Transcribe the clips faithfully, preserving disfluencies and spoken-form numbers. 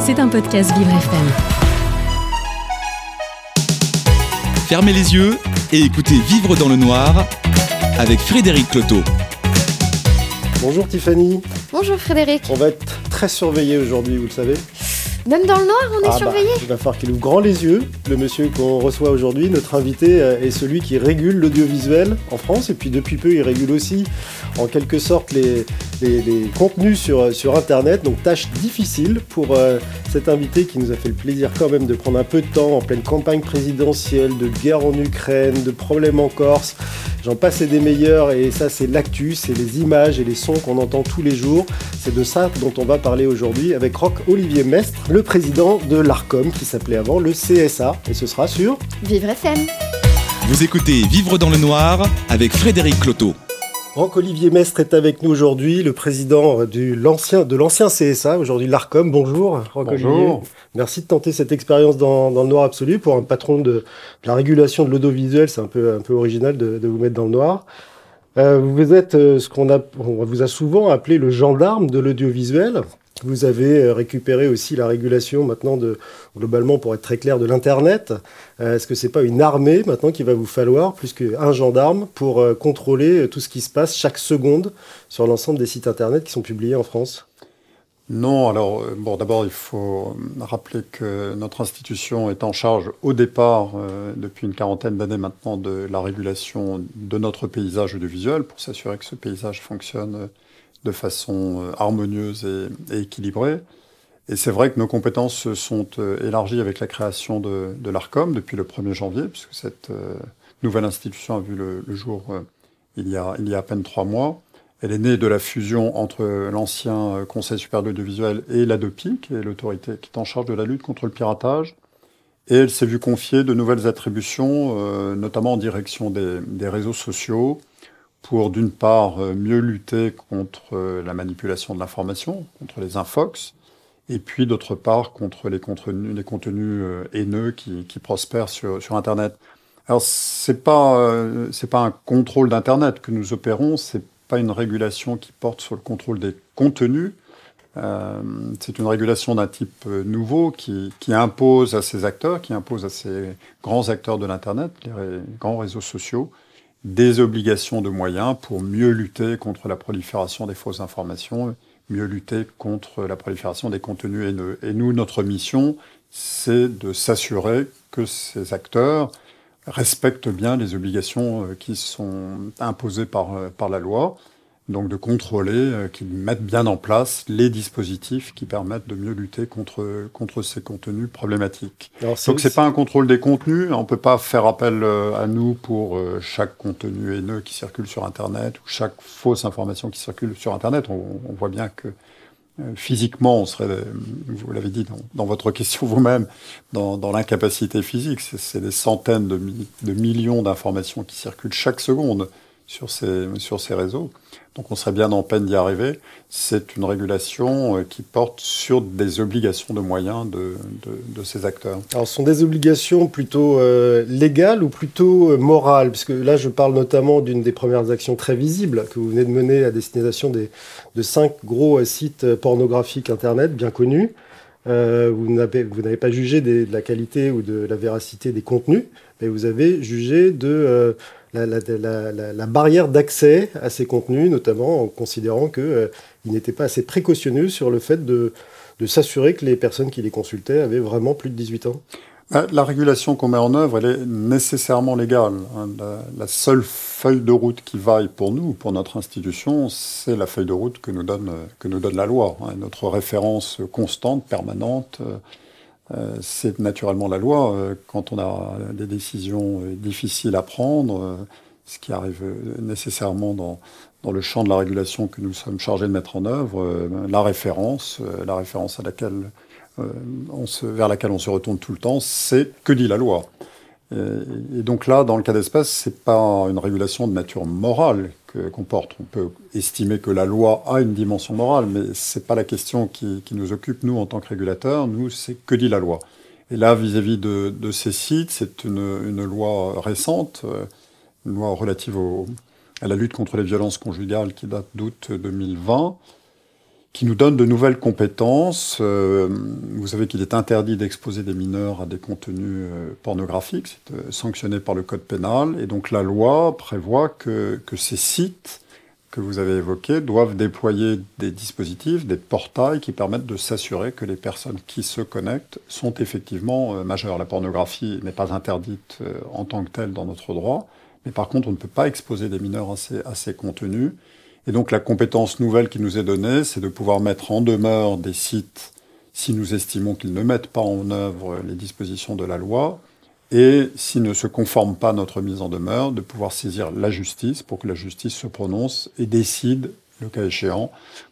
C'est un podcast Vivre F M. Fermez les yeux et écoutez Vivre dans le noir avec Frédéric Cloteau. Bonjour Tiffany. Bonjour Frédéric. On va être très surveillé aujourd'hui, vous le savez. Même dans le noir, on est ah surveillé bah, Il va falloir qu'il ouvre grand les yeux. Le monsieur qu'on reçoit aujourd'hui, notre invité, est celui qui régule l'audiovisuel en France. Et puis depuis peu, il régule aussi en quelque sorte les, les, les contenus sur, sur Internet. Donc tâche difficile pour euh, cet invité qui nous a fait le plaisir quand même de prendre un peu de temps en pleine campagne présidentielle, de guerre en Ukraine, de problèmes en Corse. J'en passe et des meilleurs, et ça c'est l'actu, c'est les images et les sons qu'on entend tous les jours. C'est de ça dont on va parler aujourd'hui avec Roch-Olivier Mestre, le président de l'Arcom, qui s'appelait avant le C S A, et ce sera sur Vivre F M. Vous écoutez Vivre dans le noir avec Frédéric Cloteau. Roch-Olivier Mestre est avec nous aujourd'hui, le président du, l'ancien, de l'ancien C S A, aujourd'hui l'Arcom. Bonjour Roch-Olivier. Bonjour. Merci de tenter cette expérience dans, dans le noir absolu. Pour un patron de, de la régulation de l'audiovisuel, c'est un peu, un peu original de, de vous mettre dans le noir. Euh, vous êtes euh, ce qu'on a, on vous a souvent appelé le gendarme de l'audiovisuel. Vous avez récupéré aussi la régulation maintenant de, globalement, pour être très clair, de l'Internet. Euh, est-ce que c'est pas une armée maintenant qu'il va vous falloir, plus qu'un gendarme, pour euh, contrôler tout ce qui se passe chaque seconde sur l'ensemble des sites Internet qui sont publiés en France ? Non, alors, bon, d'abord, il faut rappeler que notre institution est en charge, au départ, euh, depuis une quarantaine d'années maintenant, de la régulation de notre paysage audiovisuel, pour s'assurer que ce paysage fonctionne de façon harmonieuse et, et équilibrée. Et c'est vrai que nos compétences se sont euh, élargies avec la création de, de l'Arcom depuis le premier janvier, puisque cette euh, nouvelle institution a vu le, le jour euh, il, y a, il y a à peine trois mois. Elle est née de la fusion entre l'ancien Conseil supérieur de l'audiovisuel et l'ADOPI, qui est l'autorité qui est en charge de la lutte contre le piratage. Et elle s'est vue confier de nouvelles attributions, euh, notamment en direction des, des réseaux sociaux, pour d'une part mieux lutter contre la manipulation de l'information, contre les infox, et puis d'autre part contre les contenus, les contenus haineux qui, qui prospèrent sur, sur Internet. Alors c'est pas euh, c'est pas un contrôle d'Internet que nous opérons, c'est pas une régulation qui porte sur le contrôle des contenus. Euh, c'est une régulation d'un type nouveau qui, qui impose à ces acteurs, qui impose à ces grands acteurs de l'Internet, les ré, grands réseaux sociaux, des obligations de moyens pour mieux lutter contre la prolifération des fausses informations, mieux lutter contre la prolifération des contenus haineux. Et nous, notre mission, c'est de s'assurer que ces acteurs respectent bien les obligations qui sont imposées par, par la loi, donc de contrôler, qu'ils mettent bien en place les dispositifs qui permettent de mieux lutter contre, contre ces contenus problématiques. Alors, c'est donc c'est pas un contrôle des contenus, on peut pas faire appel à nous pour chaque contenu haineux qui circule sur Internet ou chaque fausse information qui circule sur Internet. On, on voit bien que euh, physiquement, on serait, vous l'avez dit dans, dans votre question vous-même, dans, dans l'incapacité physique. C'est, c'est des centaines de, mi- de millions d'informations qui circulent chaque seconde sur ces, sur ces réseaux. Donc on serait bien en peine d'y arriver. C'est une régulation euh, qui porte sur des obligations de moyens de, de, de ces acteurs. Alors ce sont des obligations plutôt euh, légales ou plutôt euh, morales ? Puisque là je parle notamment d'une des premières actions très visibles que vous venez de mener à destination des, de cinq gros euh, sites pornographiques Internet bien connus. Euh, vous, n'avez, vous n'avez pas jugé des, de la qualité ou de la véracité des contenus, mais vous avez jugé de... Euh, La, la, la, la, la barrière d'accès à ces contenus, notamment en considérant qu'ils euh, n'étaient pas assez précautionneux sur le fait de, de s'assurer que les personnes qui les consultaient avaient vraiment plus de dix-huit ans. La régulation qu'on met en œuvre, elle est nécessairement légale. La, la seule feuille de route qui vaille pour nous, pour notre institution, c'est la feuille de route que nous donne, que nous donne la loi. Notre référence constante, permanente, Euh, c'est naturellement la loi. Euh, quand on a des décisions euh, difficiles à prendre, euh, ce qui arrive euh, nécessairement dans, dans le champ de la régulation que nous sommes chargés de mettre en œuvre, euh, la référence, euh, la référence à laquelle, euh, on se, vers laquelle on se retourne tout le temps, c'est que dit la loi. Et, et donc là, dans le cas d'espèce, c'est pas une régulation de nature morale que, qu'on porte. On peut estimer que la loi a une dimension morale, mais c'est pas la question qui, qui nous occupe, nous, en tant que régulateurs. Nous, c'est que dit la loi. Et là, vis-à-vis de, de ces sites, c'est une, une loi récente, une loi relative au, à la lutte contre les violences conjugales qui date d'août deux mille vingt, qui nous donne de nouvelles compétences. Euh, vous savez qu'il est interdit d'exposer des mineurs à des contenus euh, pornographiques, c'est euh, sanctionné par le code pénal, et donc la loi prévoit que, que ces sites que vous avez évoqués doivent déployer des dispositifs, des portails qui permettent de s'assurer que les personnes qui se connectent sont effectivement euh, majeures. La pornographie n'est pas interdite euh, en tant que telle dans notre droit, mais par contre on ne peut pas exposer des mineurs à ces, à ces contenus. Et donc la compétence nouvelle qui nous est donnée, c'est de pouvoir mettre en demeure des sites si nous estimons qu'ils ne mettent pas en œuvre les dispositions de la loi, et s'ils ne se conforment pas à notre mise en demeure, de pouvoir saisir la justice pour que la justice se prononce et décide, le cas échéant,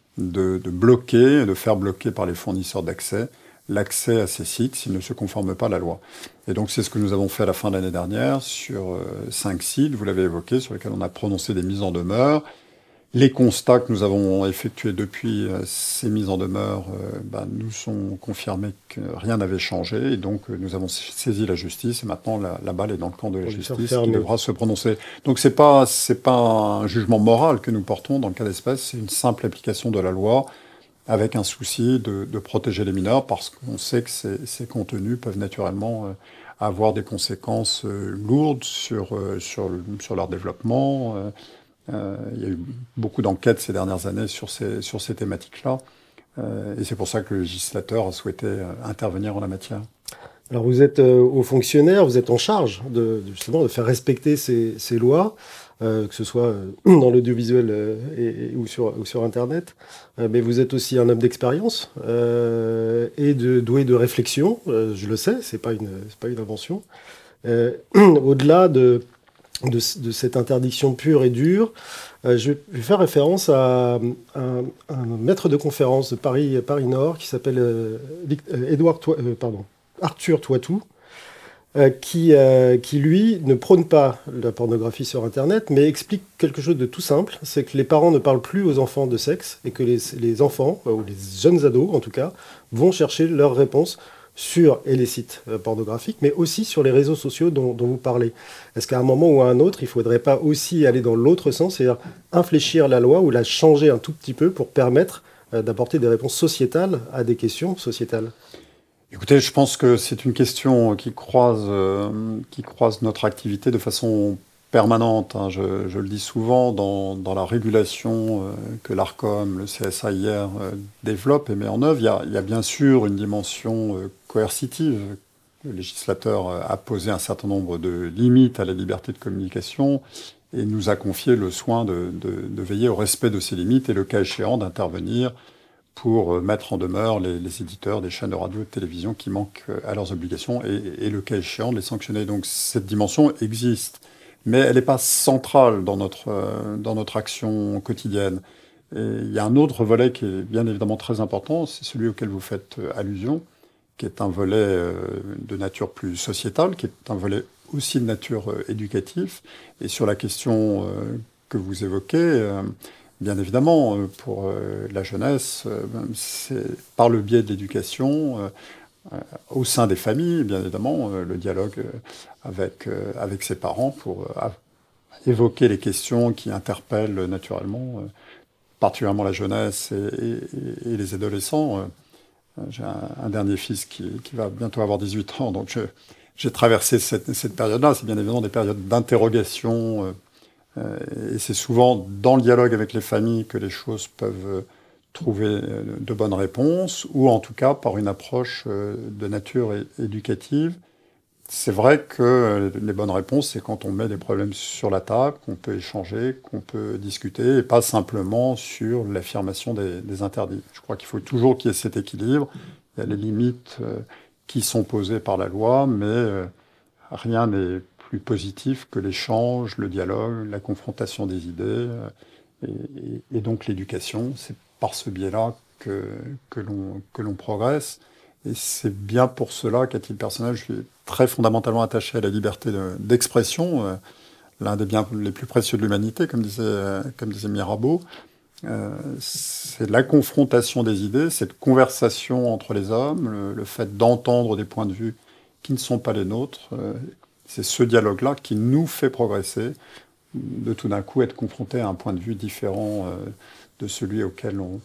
de, de bloquer, de faire bloquer par les fournisseurs d'accès, l'accès à ces sites s'ils ne se conforment pas à la loi. Et donc c'est ce que nous avons fait à la fin de l'année dernière sur euh, cinq sites, vous l'avez évoqué, sur lesquels on a prononcé des mises en demeure. Les constats que nous avons effectués depuis euh, ces mises en demeure euh, bah, nous sont confirmés que rien n'avait changé, et donc euh, nous avons saisi la justice, et maintenant la, la balle est dans le camp de la Pour les faire justice fermer. qui devra se prononcer. Donc c'est pas c'est pas un jugement moral que nous portons dans le cas d'espèce, c'est une simple application de la loi avec un souci de, de protéger les mineurs, parce qu'on sait que ces, ces contenus peuvent naturellement euh, avoir des conséquences euh, lourdes sur, euh, sur, sur leur développement. Euh, Euh, il y a eu beaucoup d'enquêtes ces dernières années sur ces, sur ces thématiques-là. Euh, et c'est pour ça que le législateur a souhaité euh, intervenir en la matière. Alors vous êtes euh, haut fonctionnaire, vous êtes en charge de, de, justement de faire respecter ces, ces lois, euh, que ce soit euh, dans l'audiovisuel euh, et, et, ou, sur, ou sur Internet. Euh, mais vous êtes aussi un homme d'expérience euh, et de, doué de réflexion. Euh, je le sais, c'est pas une, c'est pas une invention. Euh, au-delà de De, de cette interdiction pure et dure, euh, je vais faire référence à un, un maître de conférence de Paris, Paris Nord qui s'appelle euh, Édouard Toi- euh, pardon, Arthur Toitou, euh, qui, euh, qui lui ne prône pas la pornographie sur Internet, mais explique quelque chose de tout simple, c'est que les parents ne parlent plus aux enfants de sexe et que les, les enfants, ou les jeunes ados en tout cas, vont chercher leurs réponses sur et les sites euh, pornographiques, mais aussi sur les réseaux sociaux dont, dont vous parlez. Est-ce qu'à un moment ou à un autre, il ne faudrait pas aussi aller dans l'autre sens, c'est-à-dire infléchir la loi ou la changer un tout petit peu pour permettre euh, d'apporter des réponses sociétales à des questions sociétales ? Écoutez, je pense que c'est une question qui croise, euh, qui croise notre activité de façon permanente. Hein. Je, je le dis souvent, dans, dans la régulation euh, que l'ARCOM, le C S A hier euh, développe et met en œuvre, il y a, il y a bien sûr une dimension euh, coercitive. Le législateur a posé un certain nombre de limites à la liberté de communication et nous a confié le soin de, de, de veiller au respect de ces limites et, le cas échéant, d'intervenir pour mettre en demeure les, les éditeurs des chaînes de radio et de télévision qui manquent à leurs obligations et, et le cas échéant, de les sanctionner. Donc cette dimension existe, mais elle n'est pas centrale dans notre, euh, dans notre action quotidienne. Et il y a un autre volet qui est bien évidemment très important, c'est celui auquel vous faites allusion, qui est un volet euh, de nature plus sociétale, qui est un volet aussi de nature euh, éducative. Et sur la question euh, que vous évoquez, euh, bien évidemment, euh, pour euh, la jeunesse, euh, c'est par le biais de l'éducation, euh, euh, au sein des familles, bien évidemment, euh, le dialogue euh, avec, euh, avec ses parents pour euh, évoquer les questions qui interpellent naturellement, euh, particulièrement la jeunesse et, et, et les adolescents. Euh, j'ai un, un dernier fils qui, qui va bientôt avoir dix-huit ans, donc je, j'ai traversé cette, cette période-là. C'est bien évidemment des périodes d'interrogation, euh, euh, et c'est souvent dans le dialogue avec les familles que les choses peuvent trouver de bonnes réponses, ou en tout cas par une approche de nature éducative. C'est vrai que les bonnes réponses, c'est quand on met des problèmes sur la table, qu'on peut échanger, qu'on peut discuter, et pas simplement sur l'affirmation des, des interdits. Je crois qu'il faut toujours qu'il y ait cet équilibre. Il y a les limites euh, qui sont posées par la loi, mais euh, rien n'est plus positif que l'échange, le dialogue, la confrontation des idées, euh, et, et, et donc l'éducation. C'est par ce biais-là que, que, l'on, que l'on progresse. Et c'est bien pour cela qu'à titre personnel, je suis très fondamentalement attaché à la liberté de, d'expression, euh, l'un des biens les plus précieux de l'humanité, comme disait, euh, comme disait Mirabeau. Euh, c'est la confrontation des idées, cette conversation entre les hommes, le, le fait d'entendre des points de vue qui ne sont pas les nôtres. Euh, c'est ce dialogue-là qui nous fait progresser, de tout d'un coup être confronté à un point de vue différent euh, de celui auquel on,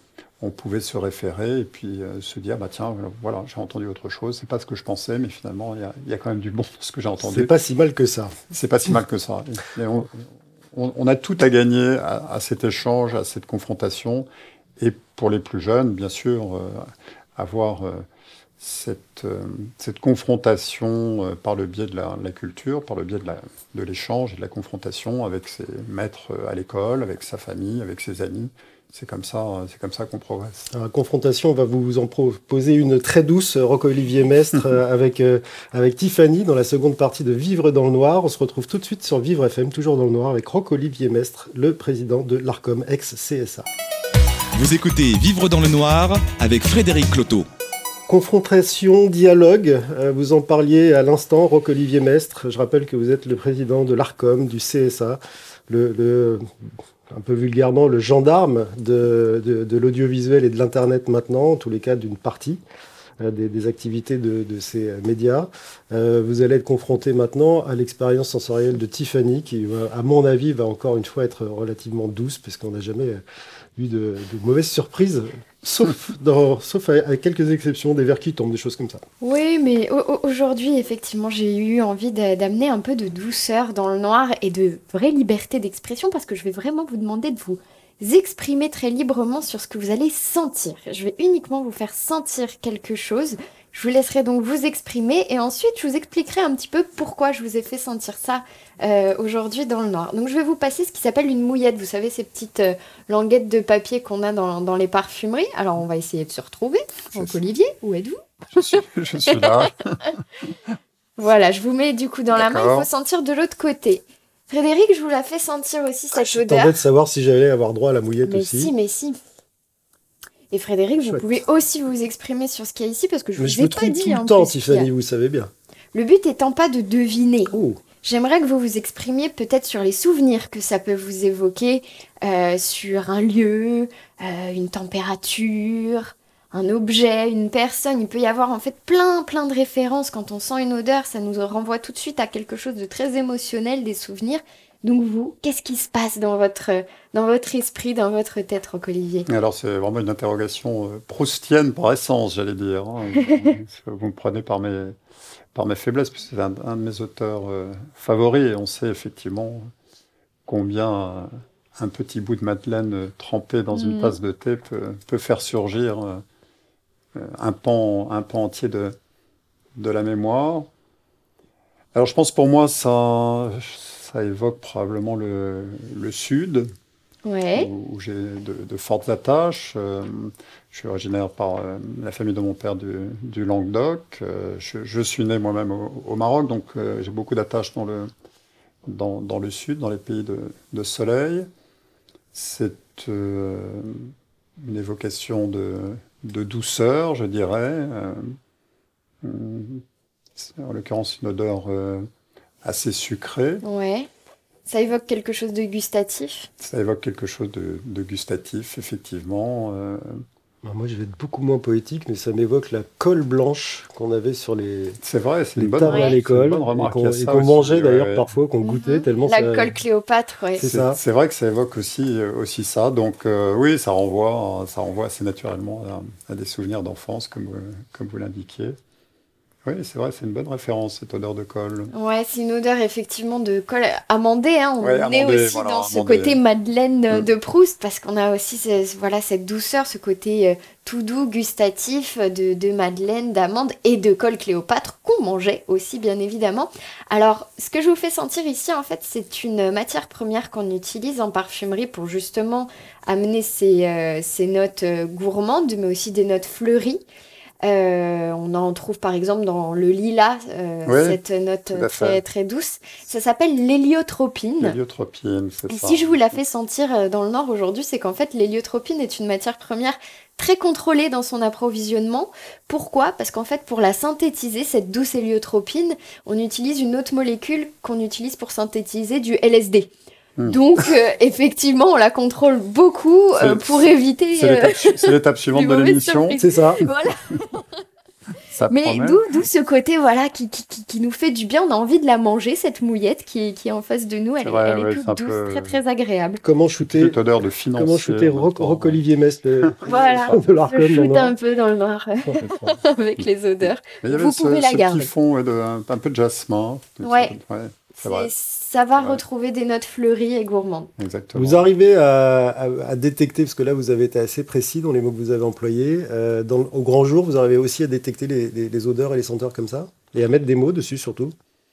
on pouvait se référer et puis euh, se dire, bah tiens, voilà, j'ai entendu autre chose, c'est pas ce que je pensais, mais finalement, il y a, il y a quand même du bon dans ce que j'ai entendu. C'est pas si mal que ça. C'est pas si mal que ça. Et on, on, on a tout à gagner à, à cet échange, à cette confrontation. Et pour les plus jeunes, bien sûr, euh, avoir euh, cette, euh, cette confrontation euh, par le biais de la, la culture, par le biais de, la, de l'échange et de la confrontation avec ses maîtres à l'école, avec sa famille, avec ses amis. C'est comme ça, c'est comme ça qu'on progresse. Alors, confrontation, on va vous en proposer une très douce, Roch-Olivier Mestre, euh, avec, euh, avec Tiffany, dans la seconde partie de Vivre dans le Noir. On se retrouve tout de suite sur Vivre F M, toujours dans le Noir, avec Roch-Olivier Mestre, le président de l'Arcom, ex-C S A. Vous écoutez Vivre dans le Noir avec Frédéric Cloteau. Confrontation, dialogue, euh, vous en parliez à l'instant, Roch-Olivier Mestre. Je rappelle que vous êtes le président de l'Arcom, du C S A, le, le, un peu vulgairement le gendarme de, de, de l'audiovisuel et de l'Internet maintenant, en tous les cas d'une partie euh, des, des activités de, de ces médias. Euh, vous allez être confronté maintenant à l'expérience sensorielle de Tiffany, qui, à mon avis, va encore une fois être relativement douce, parce qu'on n'a jamais eu de, de mauvaises surprises, sauf, dans, sauf avec quelques exceptions, des vers qui tombent, des choses comme ça. Oui, mais au- aujourd'hui, effectivement, j'ai eu envie de- d'amener un peu de douceur dans le noir et de vraie liberté d'expression, parce que je vais vraiment vous demander de vous exprimer très librement sur ce que vous allez sentir. Je vais uniquement vous faire sentir quelque chose. Je vous laisserai donc vous exprimer et ensuite je vous expliquerai un petit peu pourquoi je vous ai fait sentir ça euh, aujourd'hui dans le noir. Donc je vais vous passer ce qui s'appelle une mouillette. Vous savez, ces petites euh, languettes de papier qu'on a dans, dans les parfumeries. Alors on va essayer de se retrouver. Donc Olivier, où êtes-vous ? Je suis, je suis là. Voilà, je vous mets du coup dans la main. D'accord. Il faut sentir de l'autre côté. Frédéric, je vous la fais sentir aussi cette J'attendais odeur. de savoir si j'allais avoir droit à la mouillette Mais aussi. si, mais si. Et Frédéric, vous Chouette. pouvez aussi vous exprimer sur ce qu'il y a ici, parce que je Mais vous je ai me pas trompe dit tout le en temps, plus ce qu'il y a. Tiffany, vous savez bien. Le but étant pas de deviner. Oh. J'aimerais que vous vous exprimiez peut-être sur les souvenirs que ça peut vous évoquer, euh, sur un lieu, euh, une température, un objet, une personne. Il peut y avoir en fait plein, plein de références. Quand on sent une odeur, ça nous renvoie tout de suite à quelque chose de très émotionnel, des souvenirs. Donc vous, qu'est-ce qui se passe dans votre, dans votre esprit, dans votre tête, Roch-Olivier ? Alors, c'est vraiment une interrogation euh, proustienne par essence, j'allais dire. hein. Vous me prenez par mes, par mes faiblesses, puisque c'est un, un de mes auteurs euh, favoris. Et on sait effectivement combien euh, un petit bout de madeleine euh, trempé dans une Mm. tasse de thé peut, peut faire surgir euh, euh, un pan, un pan entier de, de la mémoire. Alors, je pense pour moi, ça, ça évoque probablement le, le Sud. Ouais. où, où j'ai de, de fortes attaches. Euh, je suis originaire par euh, la famille de mon père du, du Languedoc. Euh, je, je suis né moi-même au, au Maroc, donc euh, j'ai beaucoup d'attaches dans le, dans, dans le sud, dans les pays de, de soleil. C'est euh, une évocation de, de douceur, je dirais. Euh, c'est en l'occurrence une odeur euh, assez sucrée. Ouais. Ça évoque quelque chose de gustatif. Ça évoque quelque chose de, de gustatif, effectivement. Euh, Alors moi, je vais être beaucoup moins poétique, mais ça m'évoque la colle blanche qu'on avait sur les, c'est vrai, c'est les une bonne, tables Ouais. à c'est une l'école, bonne et remarque. qu'on Il y a et ça qu'on aussi, mangeait d'ailleurs ouais. parfois, qu'on goûtait, Mhm. tellement La ça... colle Cléopâtre, ouais. C'est C'est ça. c'est vrai que ça évoque aussi, euh, aussi ça. Donc euh, oui, ça renvoie, ça renvoie assez naturellement à, à des souvenirs d'enfance, comme, vous- comme vous l'indiquiez. Oui, c'est vrai, c'est une bonne référence, cette odeur de colle. Ouais, c'est une odeur effectivement de colle amandée. Hein. On Ouais, est amandée, aussi voilà, dans ce amandée. côté Madeleine euh, Mm. de Proust, parce qu'on a aussi ce- voilà, cette douceur, ce côté euh, tout doux, gustatif de, de Madeleine, d'amande et de colle Cléopâtre qu'on mangeait aussi, bien évidemment. Alors, ce que je vous fais sentir ici, en fait, c'est une matière première qu'on utilise en parfumerie pour justement amener ces, euh, ces notes euh, gourmandes, mais aussi des notes fleuries. Euh, on en trouve par exemple dans le lilas, euh, Ouais, cette note tout à très, fait. très douce. Ça s'appelle l'héliotropine. L'héliotropine, c'est Et ça. si je vous la fais sentir euh, dans le Nord aujourd'hui, c'est qu'en fait l'héliotropine est une matière première très contrôlée dans son approvisionnement. Pourquoi ? Parce qu'en fait pour la synthétiser, cette douce héliotropine, on utilise une autre molécule qu'on utilise pour synthétiser du L S D. Hmm. Donc euh, effectivement on la contrôle beaucoup euh, C'est- pour éviter... C'est euh, l'étape su- c'est l'étape suivante des de mauvaises l'émission. surprises. C'est ça. voilà. Ça Mais promet. d'où, d'où ce côté voilà, qui, qui, qui, qui nous fait du bien, on a envie de la manger, cette mouillette qui est, qui est en face de nous, elle, C'est est- vrai, elle est ouais, toute c'est un douce, peu- très très agréable. Comment shooter, Petite odeur de financier. comment shooter en même Roc, temps. Roc Olivier Mess de, Voilà, de l'Arcom je dans le shoot Nord. un peu dans le noir avec les odeurs. Mais il y avait Vous ce, pouvez la ce garder. petit fond ouais, de, un, un peu de jasmin. Ouais. Ouais, c'est C'est- vrai, ça va C'est vrai. retrouver des notes fleuries et gourmandes. exactement. Vous arrivez à, à- à détecter, parce que là vous avez été assez précis dans les mots que vous avez employés, euh, dans, le- au grand jour vous arrivez aussi à détecter les, les- les odeurs et les senteurs comme ça, et à mettre des mots dessus surtout.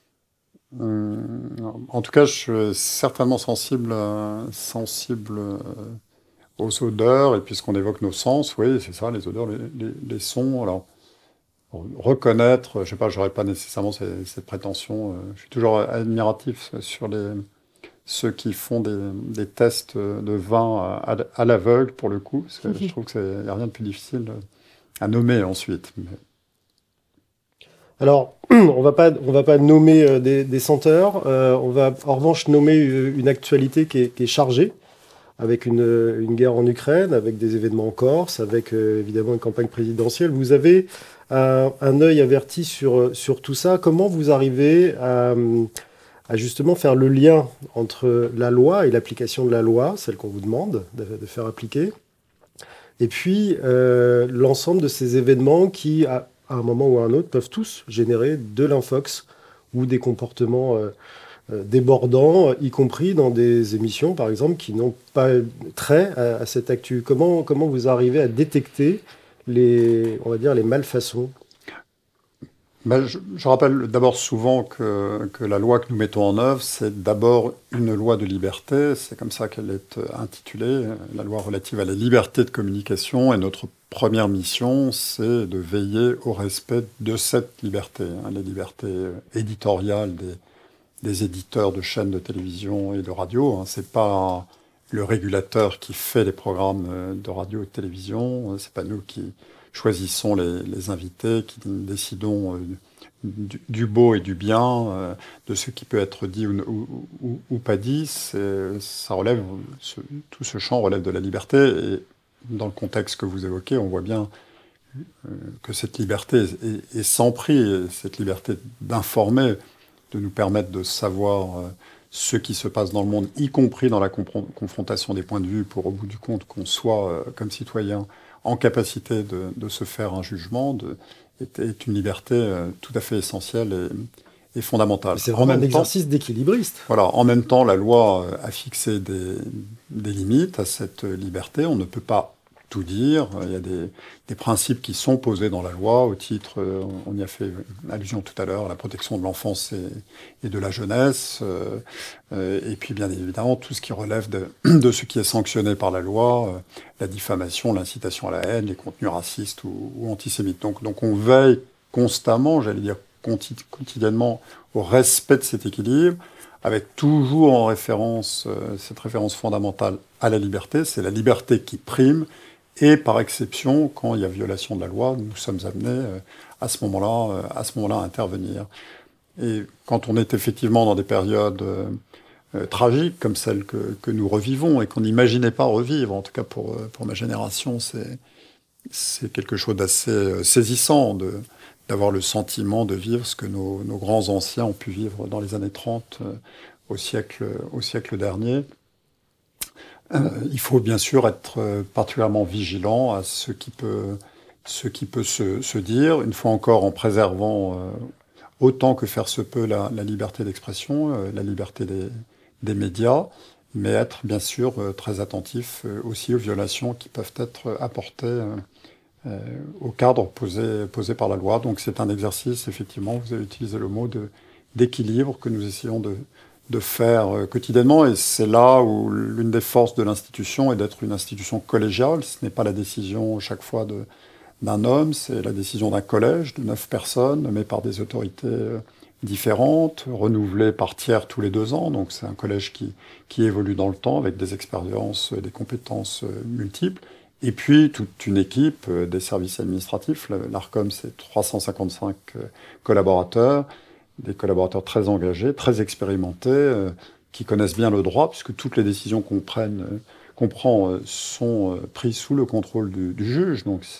Hum, en tout cas, je suis certainement sensible, euh, sensible euh, aux odeurs, et puisqu'on évoque nos sens, oui, c'est ça, les odeurs, les, les- les sons. Alors, reconnaître, je sais pas, j'aurais pas nécessairement cette, cette prétention. euh, je suis toujours admiratif sur les, ceux qui font des, des tests de vin à, à l'aveugle, pour le coup, parce que je trouve qu'il n'y a rien de plus difficile à nommer ensuite. Mais- Alors, on va pas, on va pas nommer euh, des, des senteurs, euh, on va en revanche nommer euh, une actualité qui est, qui est chargée, avec une, euh, une guerre en Ukraine, avec des événements en Corse, avec euh, évidemment une campagne présidentielle. Vous avez un, un œil averti sur, sur tout ça. Comment vous arrivez à, à justement faire le lien entre la loi et l'application de la loi, celle qu'on vous demande de, de faire appliquer, et puis euh, l'ensemble de ces événements qui, à, à un moment ou à un autre, peuvent tous générer de l'infox ou des comportements euh, euh, débordants, y compris dans des émissions, par exemple, qui n'ont pas trait à, à cette actu. Comment, comment vous arrivez à détecter les, on va dire, les malfaçons? Ben, je, je rappelle d'abord souvent que, que la loi que nous mettons en œuvre, c'est d'abord une loi de liberté. C'est comme ça qu'elle est euh, intitulée, la loi relative à la liberté de communication. Et notre première mission, c'est de veiller au respect de cette liberté, hein, la liberté euh, éditoriale des, des éditeurs de chaînes de télévision et de radio. Hein. C'est pas le régulateur qui fait les programmes euh, de radio et de télévision. C'est pas nous qui choisissons les, les invités, qui décidons euh, du, du beau et du bien, euh, de ce qui peut être dit ou, ou, ou, ou pas dit. C'est, ça relève, ce, tout ce champ relève de la liberté. Et dans le contexte que vous évoquez, on voit bien euh, que cette liberté est, est, est sans prix. Et cette liberté d'informer, de nous permettre de savoir euh, ce qui se passe dans le monde, y compris dans la compro- confrontation des points de vue, pour au bout du compte qu'on soit, euh, comme citoyen, en capacité de, de se faire un jugement, de, est, est une liberté euh, tout à fait essentielle et, et fondamentale. C'est En vraiment un même temps, exercice d'équilibriste. voilà, en même temps, la loi euh, a fixé des, des limites à cette liberté. On ne peut pas tout dire. Il y a des, des principes qui sont posés dans la loi au titre, euh, on y a fait allusion tout à l'heure, à la protection de l'enfance et, et de la jeunesse. Euh, euh, et puis, bien évidemment, tout ce qui relève de, de ce qui est sanctionné par la loi, euh, la diffamation, l'incitation à la haine, les contenus racistes ou, ou antisémites. Donc, donc, on veille constamment, j'allais dire conti- quotidiennement, au respect de cet équilibre, avec toujours en référence, euh, cette référence fondamentale à la liberté. C'est la liberté qui prime. Et par exception, quand il y a violation de la loi, nous sommes amenés euh, à ce moment-là, euh, à ce moment-là, à intervenir. Et quand on est effectivement dans des périodes euh, euh, tragiques comme celles que, que nous revivons et qu'on n'imaginait pas revivre, en tout cas pour, euh, pour ma génération, c'est, c'est quelque chose d'assez euh, saisissant de, d'avoir le sentiment de vivre ce que nos, nos grands anciens ont pu vivre dans les années trente euh, au siècle, au siècle dernier. Euh, il faut bien sûr être euh, particulièrement vigilant à ce qui peut, ce qui peut se, se dire, une fois encore en préservant euh, autant que faire se peut la, la liberté d'expression, euh, la liberté des, des médias, mais être bien sûr euh, très attentif euh, aussi aux violations qui peuvent être apportées euh, euh, au cadre posé, posé par la loi. Donc c'est un exercice, effectivement, vous avez utilisé le mot de, d'équilibre que nous essayons de de faire euh, quotidiennement, et c'est là où l'une des forces de l'institution est d'être une institution collégiale. Ce n'est pas la décision chaque fois de, d'un homme, c'est la décision d'un collège de neuf personnes, nommées par des autorités euh, différentes, renouvelées par tiers tous les deux ans, donc c'est un collège qui, qui évolue dans le temps avec des expériences, des compétences euh, multiples, et puis toute une équipe euh, des services administratifs. L'Arcom, c'est trois cent cinquante-cinq euh, collaborateurs, des collaborateurs très engagés, très expérimentés, euh, qui connaissent bien le droit, puisque toutes les décisions qu'on, prenne, euh, qu'on prend euh, sont euh, prises sous le contrôle du, du juge. Donc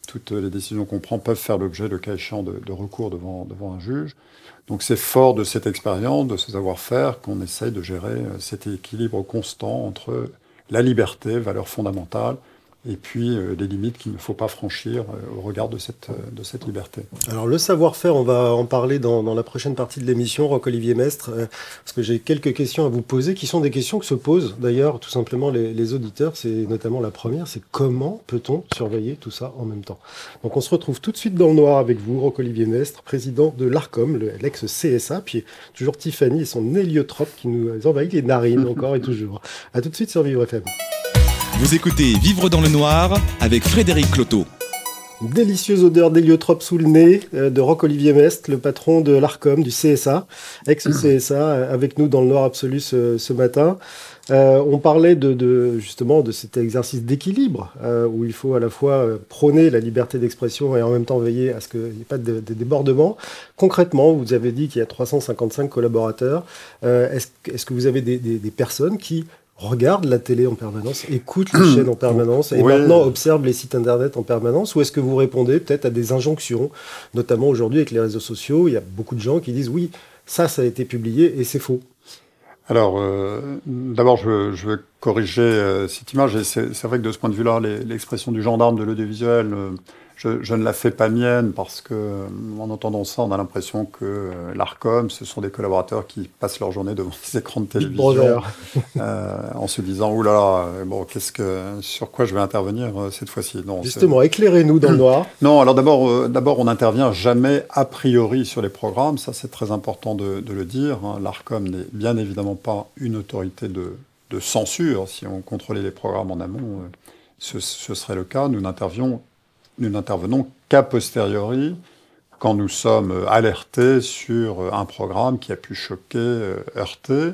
toutes les décisions qu'on prend peuvent faire l'objet, le cas échéant, de, de recours devant, devant un juge. Donc c'est fort de cette expérience, de ce savoir-faire, qu'on essaye de gérer cet équilibre constant entre la liberté, valeur fondamentale, et puis euh, les limites qu'il ne faut pas franchir euh, au regard de cette, euh, de cette liberté. Alors le savoir-faire, on va en parler dans, dans la prochaine partie de l'émission, Roch-Olivier Mestre, euh, parce que j'ai quelques questions à vous poser, qui sont des questions que se posent d'ailleurs tout simplement les, les auditeurs. C'est notamment la première, c'est comment peut-on surveiller tout ça en même temps? Donc on se retrouve tout de suite dans le noir avec vous, Roch-Olivier Mestre, président de l'Arcom, le, l'ex-C S A, puis toujours Tiffany et son héliotrope qui nous envahit les narines encore et toujours. A tout de suite sur Vivre F M. Vous écoutez Vivre dans le noir avec Frédéric Cloteau. Une délicieuse odeur d'héliotrope sous le nez euh, de Roch-Olivier Mestre, le patron de l'Arcom, du C S A, ex-C S A, euh, avec nous dans le noir absolu ce, ce matin. Euh, on parlait de, de, justement de cet exercice d'équilibre euh, où il faut à la fois euh, prôner la liberté d'expression et en même temps veiller à ce qu'il n'y ait pas de, de débordement. Concrètement, vous avez dit qu'il y a trois cent cinquante-cinq collaborateurs. Euh, est-ce, est-ce que vous avez des, des, des personnes qui regarde la télé en permanence, écoute les chaînes en permanence et oui. maintenant observe les sites internet en permanence, ou est-ce que vous répondez peut-être à des injonctions, notamment aujourd'hui avec les réseaux sociaux, il y a beaucoup de gens qui disent oui, ça, ça a été publié et c'est faux. Alors, euh, d'abord, je, je veux corriger euh, cette image, et c'est, c'est vrai que de ce point de vue-là, les, l'expression du gendarme de l'audiovisuel, euh, je, je ne la fais pas mienne, parce que, euh, en entendant ça, on a l'impression que euh, l'Arcom, ce sont des collaborateurs qui passent leur journée devant des écrans de télévision, euh, en se disant, ouh là là, bon, qu'est-ce que, sur quoi je vais intervenir euh, cette fois-ci? Non, justement, c'est... éclairez-nous dans le noir. Non, alors d'abord, euh, d'abord, on n'intervient jamais a priori sur les programmes, ça c'est très important de, de le dire. Hein. L'Arcom n'est bien évidemment pas une autorité de, de censure. Si on contrôlait les programmes en amont, euh, ce, ce serait le cas. Nous n'intervenons Nous n'intervenons qu'a posteriori, quand nous sommes alertés sur un programme qui a pu choquer, euh, heurter.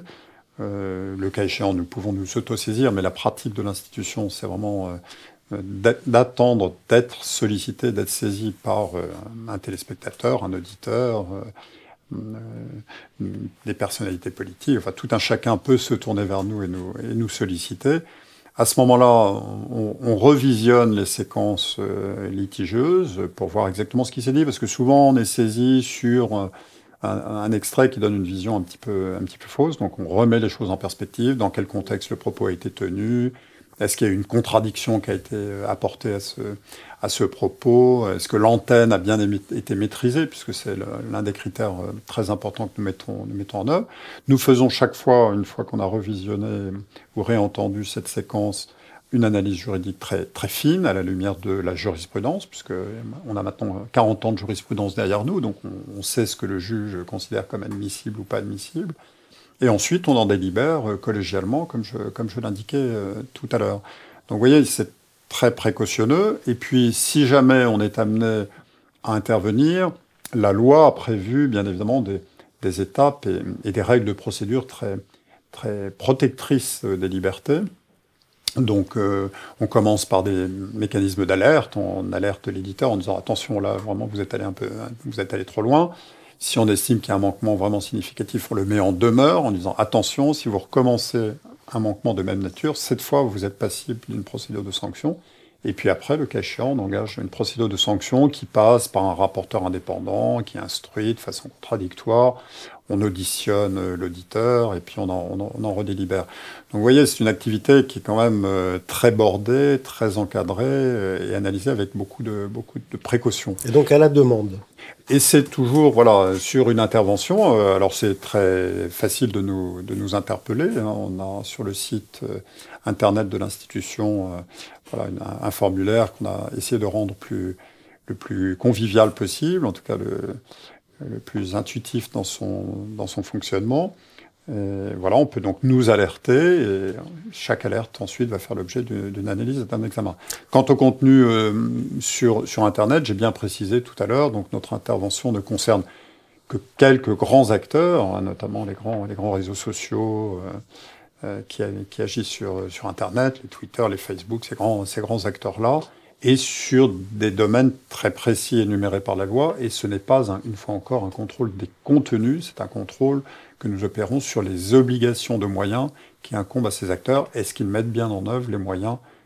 Euh, le cas échéant, nous pouvons nous auto-saisir, mais la pratique de l'institution, c'est vraiment euh, d'attendre d'être sollicité, d'être saisi par euh, un téléspectateur, un auditeur, euh, euh, des personnalités politiques. Enfin, tout un chacun peut se tourner vers nous et nous, et nous solliciter. À ce moment-là, on, on revisionne les séquences euh, litigieuses pour voir exactement ce qui s'est dit, parce que souvent on est saisi sur euh, un, un extrait qui donne une vision un petit peu, un petit peu fausse, donc on remet les choses en perspective, dans quel contexte le propos a été tenu, est-ce qu'il y a eu une contradiction qui a été apportée à ce, à ce propos, est-ce que l'antenne a bien été maîtrisée, puisque c'est le, l'un des critères très importants que nous mettons, nous mettons en œuvre. Nous faisons chaque fois, une fois qu'on a revisionné ou réentendu cette séquence, une analyse juridique très, très fine, à la lumière de la jurisprudence, puisqu'on a maintenant quarante ans de jurisprudence derrière nous, donc on, on sait ce que le juge considère comme admissible ou pas admissible. Et ensuite, on en délibère euh, collégialement, comme je, comme je l'indiquais euh, tout à l'heure. Donc, vous voyez, c'est très précautionneux. Et puis, si jamais on est amené à intervenir, la loi a prévu, bien évidemment, des, des étapes et, et des règles de procédure très, très protectrices euh, des libertés. Donc, euh, on commence par des mécanismes d'alerte. On alerte l'éditeur en disant « Attention, là, vraiment, vous êtes allé un peu, vous êtes allé trop loin ». Si on estime qu'il y a un manquement vraiment significatif, on le met en demeure en disant « Attention, si vous recommencez un manquement de même nature, cette fois, vous êtes passible d'une procédure de sanction. » Et puis après, le cas échéant, on engage une procédure de sanction qui passe par un rapporteur indépendant, qui instruit de façon contradictoire. On auditionne l'auditeur et puis on en, on en, on en redélibère. Donc vous voyez, c'est une activité qui est quand même euh, très bordée, très encadrée euh, et analysée avec beaucoup de, beaucoup de précautions. Et donc à la demande. Et c'est toujours, voilà, sur une intervention. Euh, alors c'est très facile de nous, de nous interpeller. Hein. On a sur le site euh, internet de l'institution euh, voilà, une, un, un formulaire qu'on a essayé de rendre plus, le plus convivial possible, en tout cas le, le plus intuitif dans son, dans son fonctionnement. Et voilà, on peut donc nous alerter et chaque alerte ensuite va faire l'objet d'une, d'une analyse et d'un examen. Quant au contenu euh, sur, sur Internet, j'ai bien précisé tout à l'heure, donc notre intervention ne concerne que quelques grands acteurs, hein, notamment les grands, les grands réseaux sociaux euh, euh, qui, qui agissent sur, sur Internet, les Twitter, les Facebook, ces grands, ces grands acteurs-là, et sur des domaines très précis énumérés par la loi, et ce n'est pas, un, une fois encore, un contrôle des contenus, c'est un contrôle que nous opérons sur les obligations de moyens qui incombent à ces acteurs. Est-ce qu'ils mettent bien en œuvre les moyens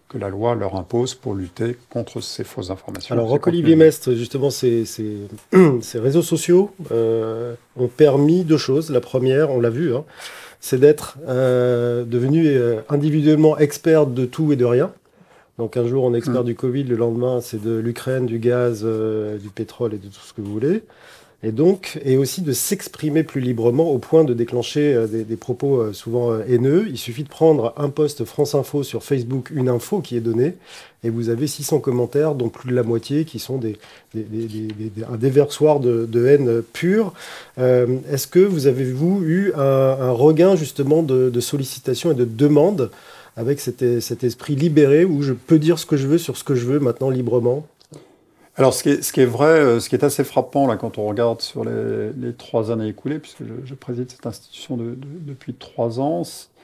que la loi leur impose pour lutter contre ces fausses informations. Alors, Roch-Olivier Mestre, justement, ces, ces, ces réseaux sociaux euh, ont permis deux choses. La première, on l'a vu, hein, c'est d'être euh, devenu euh, individuellement expert de tout et de rien. Donc un jour on est expert mmh. du Covid, le lendemain c'est de l'Ukraine, du gaz, euh, du pétrole et de tout ce que vous voulez. Et donc, et aussi de s'exprimer plus librement au point de déclencher euh, des, des propos euh, souvent euh, haineux. Il suffit de prendre un post France Info sur Facebook, une info qui est donnée, et vous avez six cents commentaires, dont plus de la moitié qui sont des, des, des, des, des, un déversoir de, de haine pure. Euh, est-ce que vous avez, vous, eu un, un regain justement de, de sollicitations et de demandes avec cet, cet esprit libéré où je peux dire ce que je veux sur ce que je veux maintenant librement? Alors, ce qui est, ce qui est vrai, ce qui est assez frappant là, quand on regarde sur les, les trois années écoulées, puisque je, je préside cette institution de, de, depuis trois ans,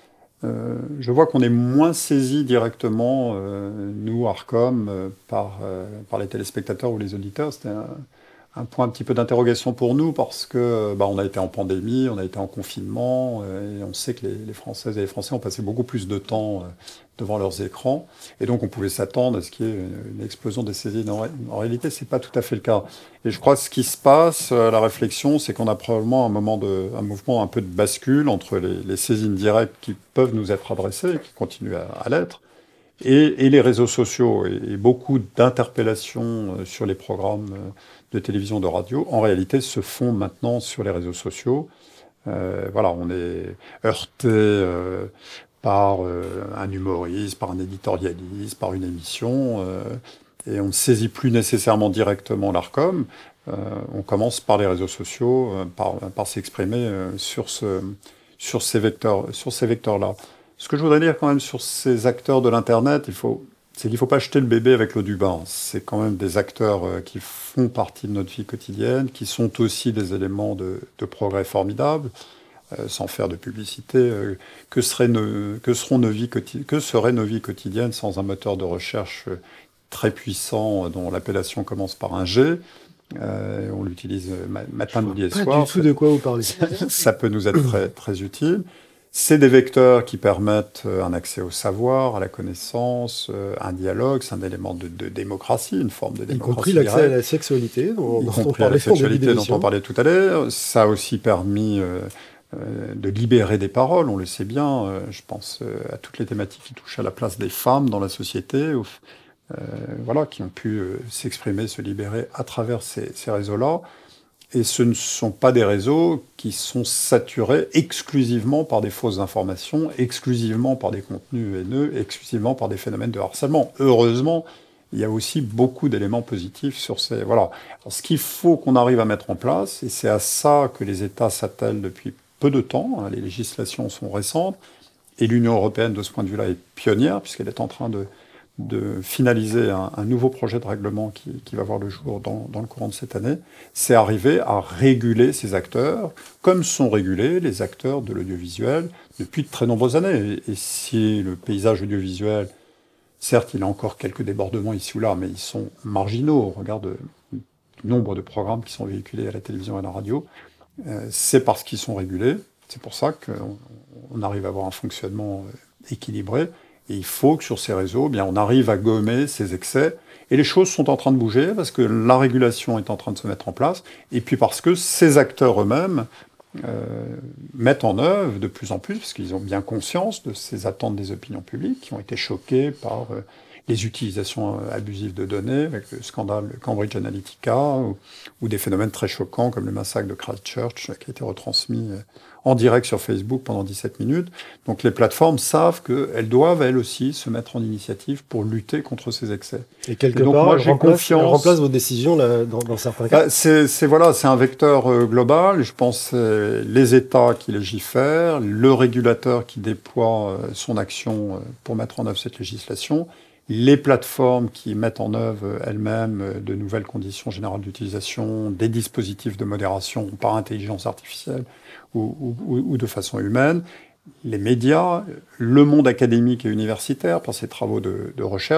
euh, je vois qu'on est moins saisi directement, euh, nous, Arcom, euh, par, euh, par les téléspectateurs ou les auditeurs. C'était un, un point un petit peu d'interrogation pour nous parce que bah, on a été en pandémie, on a été en confinement, euh, et on sait que les, les Françaises et les Français ont passé beaucoup plus de temps euh, devant leurs écrans, et donc on pouvait s'attendre à ce qu'il y ait une, une explosion des saisines. En, ré, en réalité, c'est pas tout à fait le cas. Et je crois que ce qui se passe, euh, la réflexion, c'est qu'on a probablement un moment de, un mouvement un peu de bascule entre les, les saisines directes qui peuvent nous être adressées, qui continuent à, à l'être, et, et les réseaux sociaux, et, et beaucoup d'interpellations euh, sur les programmes euh, de télévision, de radio, en réalité, se font maintenant sur les réseaux sociaux. Euh, voilà, on est heurté euh, par euh, un humoriste, par un éditorialiste, par une émission, euh, et on ne saisit plus nécessairement directement l'Arcom. Euh, on commence par les réseaux sociaux, euh, par, par s'exprimer euh, sur, ce, sur ces vecteurs, sur ces vecteurs-là. Ce que je voudrais dire quand même sur ces acteurs de l'Internet, il faut, c'est qu'il ne faut pas jeter le bébé avec l'eau du bain. C'est quand même des acteurs euh, qui font partie de notre vie quotidienne, qui sont aussi des éléments de, de progrès formidables, euh, sans faire de publicité. Euh, que, seraient nos, que, seront nos vies quotidi- que seraient nos vies quotidiennes sans un moteur de recherche très puissant, dont l'appellation commence par un G? Euh, on l'utilise matin, midi et soir. Pas du tout de quoi vous parlez. Ça, ça peut nous être très, très utile. C'est des vecteurs qui permettent un accès au savoir, à la connaissance, un dialogue, c'est un élément de, de démocratie, une forme de démocratie. Y compris l'accès à la sexualité, dont, y dont compris on parlait à la sexualité en dont on parlait tout à l'heure. Ça a aussi permis euh, euh, de libérer des paroles, on le sait bien. Euh, je pense euh, à toutes les thématiques qui touchent à la place des femmes dans la société, au, euh, voilà, qui ont pu euh, s'exprimer, se libérer à travers ces, ces réseaux-là. Et ce ne sont pas des réseaux qui sont saturés exclusivement par des fausses informations, exclusivement par des contenus haineux, exclusivement par des phénomènes de harcèlement. Heureusement, il y a aussi beaucoup d'éléments positifs sur ces... Voilà. Alors, ce qu'il faut qu'on arrive à mettre en place, et c'est à ça que les États s'attellent depuis peu de temps, hein, les législations sont récentes, et l'Union européenne, de ce point de vue-là, est pionnière, puisqu'elle est en train de... de finaliser un, un nouveau projet de règlement qui, qui va voir le jour dans, dans le courant de cette année, c'est arriver à réguler ces acteurs, comme sont régulés les acteurs de l'audiovisuel depuis de très nombreuses années. Et, et si le paysage audiovisuel, certes, il a encore quelques débordements ici ou là, mais ils sont marginaux au regard de, du nombre de programmes qui sont véhiculés à la télévision et à la radio, euh, c'est parce qu'ils sont régulés. C'est pour ça qu'on on arrive à avoir un fonctionnement équilibré. Et il faut que sur ces réseaux, eh bien, on arrive à gommer ces excès. Et les choses sont en train de bouger parce que la régulation est en train de se mettre en place. Et puis parce que ces acteurs eux-mêmes euh, mettent en œuvre de plus en plus, parce qu'ils ont bien conscience de ces attentes des opinions publiques, qui ont été choquées par euh, les utilisations abusives de données, avec le scandale Cambridge Analytica, ou, ou des phénomènes très choquants comme le massacre de Christchurch, qui a été retransmis euh, en direct sur Facebook pendant dix-sept minutes. Donc les plateformes savent qu'elles doivent, elles aussi, se mettre en initiative pour lutter contre ces excès. Et quelque Et donc, part, moi, elle j'ai remplace, confiance... elle remplace vos décisions là, dans, dans certains cas. Bah, c'est, c'est, voilà, c'est un vecteur euh, global. Je pense que c'est les États qui légifèrent, le régulateur qui déploie euh, son action euh, pour mettre en œuvre cette législation, les plateformes qui mettent en œuvre euh, elles-mêmes euh, de nouvelles conditions générales d'utilisation, des dispositifs de modération par intelligence artificielle, Ou, ou, ou de façon humaine, les médias, le monde académique et universitaire, par ses travaux de, de recherche,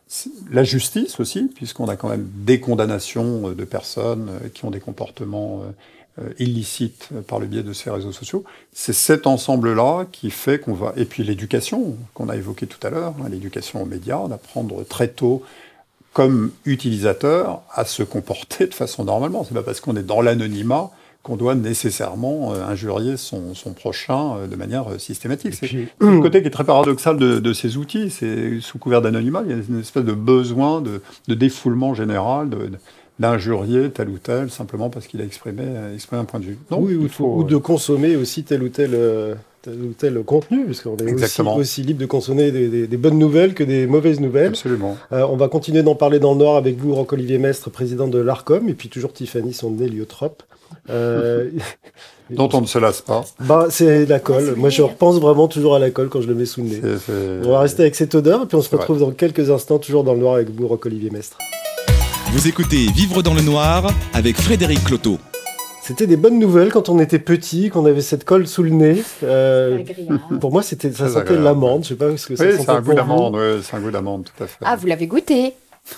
la justice aussi, puisqu'on a quand même des condamnations de personnes qui ont des comportements euh, illicites par le biais de ces réseaux sociaux. C'est cet ensemble-là qui fait qu'on va... Et puis l'éducation, qu'on a évoqué tout à l'heure, hein, l'éducation aux médias, d'apprendre très tôt, comme utilisateur, à se comporter de façon normalement. C'est pas parce qu'on est dans l'anonymat qu'on doit nécessairement euh, injurier son, son prochain euh, de manière euh, systématique. C'est puis, le côté qui est très paradoxal de, de ces outils. C'est sous couvert d'anonymat, il y a une espèce de besoin de, de défoulement général, de, de, d'injurier tel ou tel simplement parce qu'il a exprimé, euh, exprimé un point de vue. Donc, oui, ou, faut, ou de consommer aussi tel ou tel, euh, tel, ou tel contenu, parce qu'on est aussi, aussi libre de consommer des, des, des bonnes nouvelles que des mauvaises nouvelles. Absolument. Euh, on va continuer d'en parler dans le Noir avec vous, Roch-Olivier Mestre, président de l'Arcom, et puis toujours Tiffany, son héliotrope. Euh, dont on ne se lasse pas. Bah, c'est la colle. Moi, je repense vraiment toujours à la colle quand je le mets sous le nez. C'est, c'est... On va rester avec cette odeur, et puis on se retrouve vrai. dans quelques instants, toujours dans le Noir avec vous, Roch-Olivier Mestre. Vous écoutez Vivre dans le Noir avec Frédéric Cloteau. C'était des bonnes nouvelles quand on était petit, qu'on avait cette colle sous le nez. Euh, pour moi, c'était, ça sentait agréable. L'amande. Je sais pas ce que ça oui, sentait c'est un pour goût d'amande. vous. Oui, c'est un goût d'amande, tout à fait. Ah, vous l'avez goûté.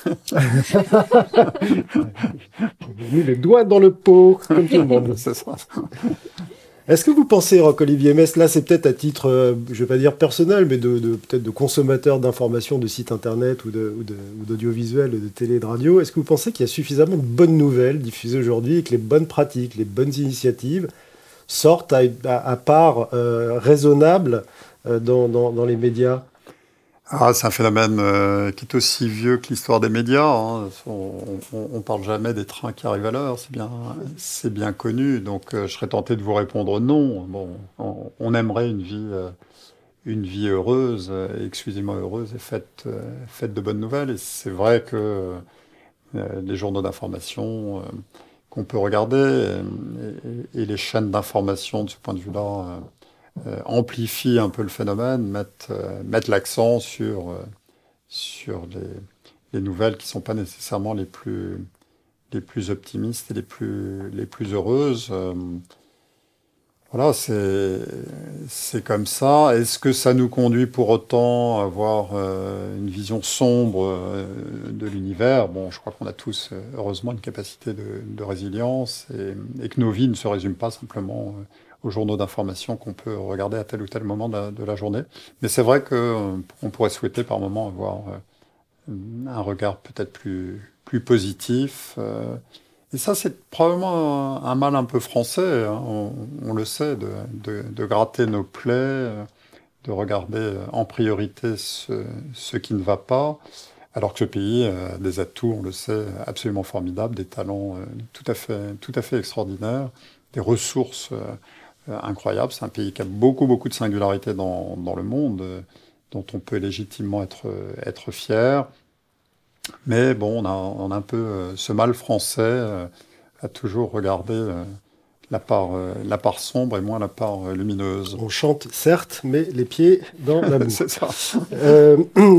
J'ai mis les doigts dans le pot, comme tout le monde. C'est ça. Est-ce que vous pensez, Roch-Olivier Mestre, là c'est peut-être à titre, euh, je ne vais pas dire personnel, mais de, de, peut-être de consommateur d'informations, de sites internet ou, de, ou, de, ou d'audiovisuel, de télé et de radio, est-ce que vous pensez qu'il y a suffisamment de bonnes nouvelles diffusées aujourd'hui et que les bonnes pratiques, les bonnes initiatives sortent à, à, à part euh, raisonnable euh, dans, dans, dans les médias ? Ah, c'est un phénomène euh, qui est aussi vieux que l'histoire des médias. Hein. On, on, on parle jamais des trains qui arrivent à l'heure, c'est bien, c'est bien connu. Donc, euh, je serais tenté de vous répondre non. Bon, on, on aimerait une vie, euh, une vie heureuse, euh, exclusivement heureuse et faite, euh, faite de bonnes nouvelles. Et c'est vrai que euh, les journaux d'information euh, qu'on peut regarder et, et, et les chaînes d'information de ce point de vue-là. Euh, Euh, amplifie un peu le phénomène, mettre, euh, mettre l'accent sur, euh, sur les, les nouvelles qui ne sont pas nécessairement les plus, les plus optimistes et les plus, les plus heureuses. Euh, voilà, c'est, c'est comme ça. Est-ce que ça nous conduit pour autant à avoir euh, une vision sombre euh, de l'univers ? Bon, je crois qu'on a tous, euh, heureusement, une capacité de, de résilience et, et que nos vies ne se résument pas simplement... Euh, aux journaux d'information qu'on peut regarder à tel ou tel moment de la, de la journée. Mais c'est vrai qu'on euh, pourrait souhaiter par moment avoir euh, un regard peut-être plus, plus positif. Euh, et ça, c'est probablement un, un mal un peu français, hein, on, on le sait, de, de, de gratter nos plaies, euh, de regarder en priorité ce, ce qui ne va pas, alors que ce pays a des atouts, on le sait, absolument formidables, des talents euh, tout à fait, tout à fait extraordinaires, des ressources euh, incroyable. C'est un pays qui a beaucoup, beaucoup de singularités dans, dans le monde, euh, dont on peut légitimement être, euh, être fier. Mais bon, on a, on a un peu euh, ce mal français euh, à toujours regarder euh, la, part, euh, la part sombre et moins la part euh, lumineuse. On chante, certes, mais les pieds dans la boue. C'est ça. Euh,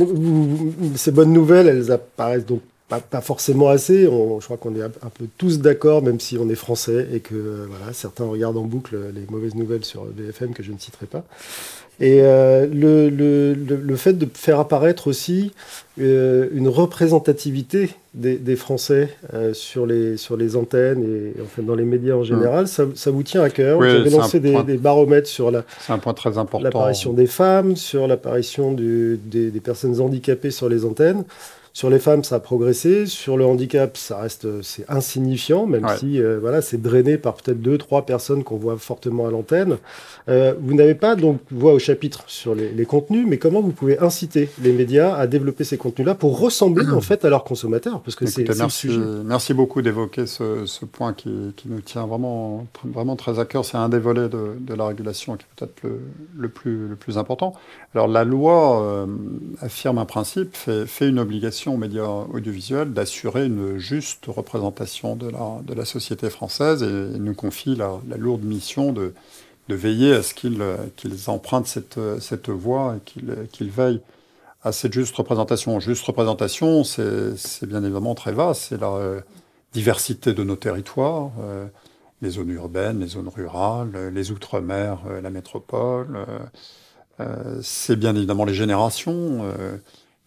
ces bonnes nouvelles, elles apparaissent donc Pas, pas forcément assez, on, je crois qu'on est un peu tous d'accord, même si on est français, et que euh, voilà, certains regardent en boucle les mauvaises nouvelles sur B F M que je ne citerai pas. Et euh, le, le, le, le fait de faire apparaître aussi euh, une représentativité des, des Français euh, sur, les, sur les antennes et enfin, dans les médias en général, mmh. ça, ça vous tient à cœur. Oui, vous avez lancé des, point... des baromètres sur la, c'est un point très important. L'apparition des femmes, sur l'apparition du, des, des personnes handicapées sur les antennes. Sur les femmes, ça a progressé. Sur le handicap, ça reste, c'est insignifiant, même ouais. si euh, voilà, c'est drainé par peut-être deux, trois personnes qu'on voit fortement à l'antenne. Euh, vous n'avez pas donc voix au chapitre sur les, les contenus, mais comment vous pouvez inciter les médias à développer ces contenus-là pour ressembler en fait à leurs consommateurs, parce que Écoutez, c'est, c'est merci, le sujet. Merci beaucoup d'évoquer ce, ce point qui, qui nous tient vraiment, vraiment très à cœur. C'est un des volets de, de la régulation qui est peut-être le, le, plus, le plus important. Alors la loi euh, affirme un principe, fait, fait une obligation aux médias audiovisuels d'assurer une juste représentation de la, de la société française et, et nous confie la, la lourde mission de, de veiller à ce qu'ils, qu'ils empruntent cette, cette voie et qu'ils, qu'ils veillent à cette juste représentation. Juste représentation, c'est, c'est bien évidemment très vaste, c'est la euh, diversité de nos territoires, euh, les zones urbaines, les zones rurales, les outre-mer, euh, la métropole, euh, euh, c'est bien évidemment les générations, euh,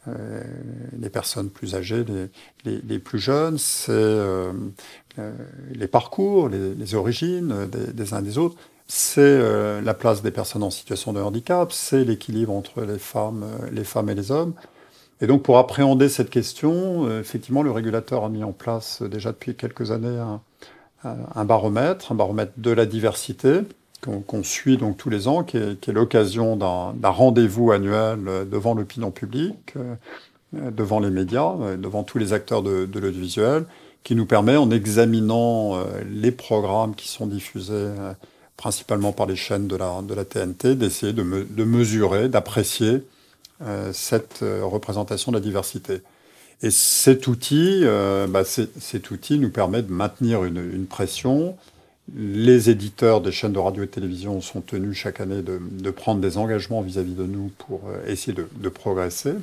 euh, les personnes plus âgées, les, les, les plus jeunes, c'est euh, euh, les parcours, les, les origines des, des uns et des autres, c'est euh, la place des personnes en situation de handicap, c'est l'équilibre entre les femmes, euh, les femmes et les hommes. Et donc, pour appréhender cette question, euh, effectivement, le régulateur a mis en place euh, déjà depuis quelques années un, un, un baromètre, un baromètre de la diversité, qu'on qu'on suit donc tous les ans, qui est, qui est l'occasion d'un d'un rendez-vous annuel euh, devant l'opinion publique, euh, devant les médias, euh, devant tous les acteurs de, de l'audiovisuel, qui nous permet, en examinant euh, les programmes qui sont diffusés euh, principalement par les chaînes de la, de la T N T, d'essayer de, me, de mesurer, d'apprécier Euh, cette euh, représentation de la diversité. Et cet outil, euh, bah, cet outil nous permet de maintenir une, une pression. Les éditeurs des chaînes de radio et de télévision sont tenus chaque année de, de prendre des engagements vis-à-vis de nous pour euh, essayer de, de progresser.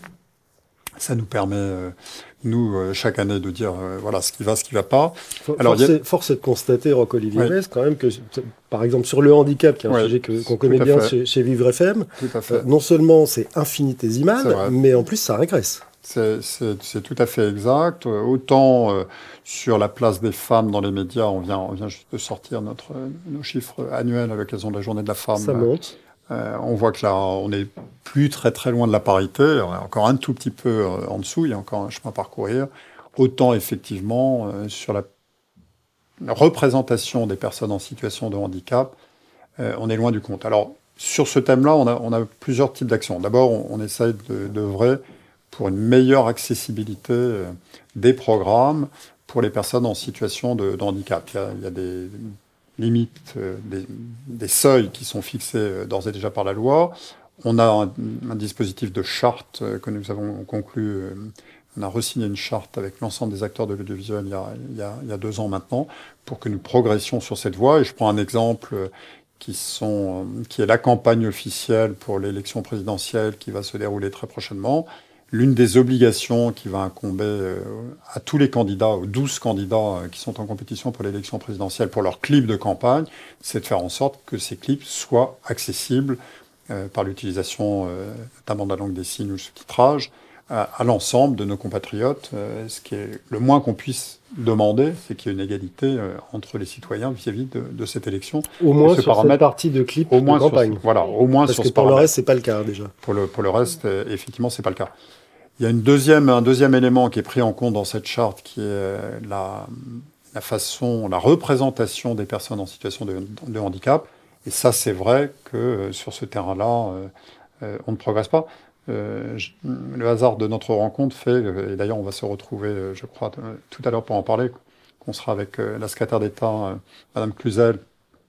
Ça nous permet, euh, nous, euh, chaque année, de dire euh, voilà ce qui va, ce qui ne va pas. Alors, force, a... est, force est de constater, Roch-Olivier Mess, oui. quand même que, par exemple, sur le handicap, qui est un oui, sujet que, qu'on connaît bien chez, chez Vivre F M, euh, non seulement c'est infinitésimal, c'est mais en plus ça régresse. C'est, c'est, c'est tout à fait exact. Autant euh, sur la place des femmes dans les médias, on vient, on vient juste de sortir notre, nos chiffres annuels à l'occasion de la journée de la femme. Ça monte. Euh, on voit que là, on n'est plus très très loin de la parité. On est encore un tout petit peu euh, en dessous. Il y a encore un chemin à parcourir. Autant effectivement euh, sur la représentation des personnes en situation de handicap, euh, on est loin du compte. Alors sur ce thème-là, on a, on a plusieurs types d'actions. D'abord, on, on essaye de, d'œuvrer pour une meilleure accessibilité euh, des programmes pour les personnes en situation de, de handicap. Il y a, il y a des limites, euh, des, des seuils qui sont fixés euh, d'ores et déjà par la loi. On a un, un dispositif de charte euh, que nous avons conclu. Euh, on a re-signé une charte avec l'ensemble des acteurs de l'audiovisuel il y a, il y a, il y a deux ans maintenant pour que nous progressions sur cette voie. Et je prends un exemple euh, qui, sont, euh, qui est la campagne officielle pour l'élection présidentielle qui va se dérouler très prochainement. L'une des obligations qui va incomber euh, à tous les candidats, aux douze candidats euh, qui sont en compétition pour l'élection présidentielle pour leurs clips de campagne, c'est de faire en sorte que ces clips soient accessibles euh, par l'utilisation euh, notamment de la langue des signes ou le sous-titrage à, à l'ensemble de nos compatriotes. Euh, ce qui est le moins qu'on puisse demander, c'est qu'il y ait une égalité euh, entre les citoyens vis-à-vis de, de cette élection. Au moins sur cette partie de clips au moins de campagne. Sur, voilà, au moins Parce sur que ce pour paramètre. le reste, c'est pas le cas déjà. Pour le, pour le reste, euh, effectivement, c'est pas le cas. Il y a une deuxième, un deuxième élément qui est pris en compte dans cette charte, qui est la, la façon, la représentation des personnes en situation de, de handicap. Et ça, c'est vrai que euh, sur ce terrain-là, euh, euh, on ne progresse pas. Euh, je, le hasard de notre rencontre fait, et d'ailleurs on va se retrouver, je crois, tout à l'heure pour en parler, qu'on sera avec euh, la secrétaire d'État, euh, Madame Cluzel,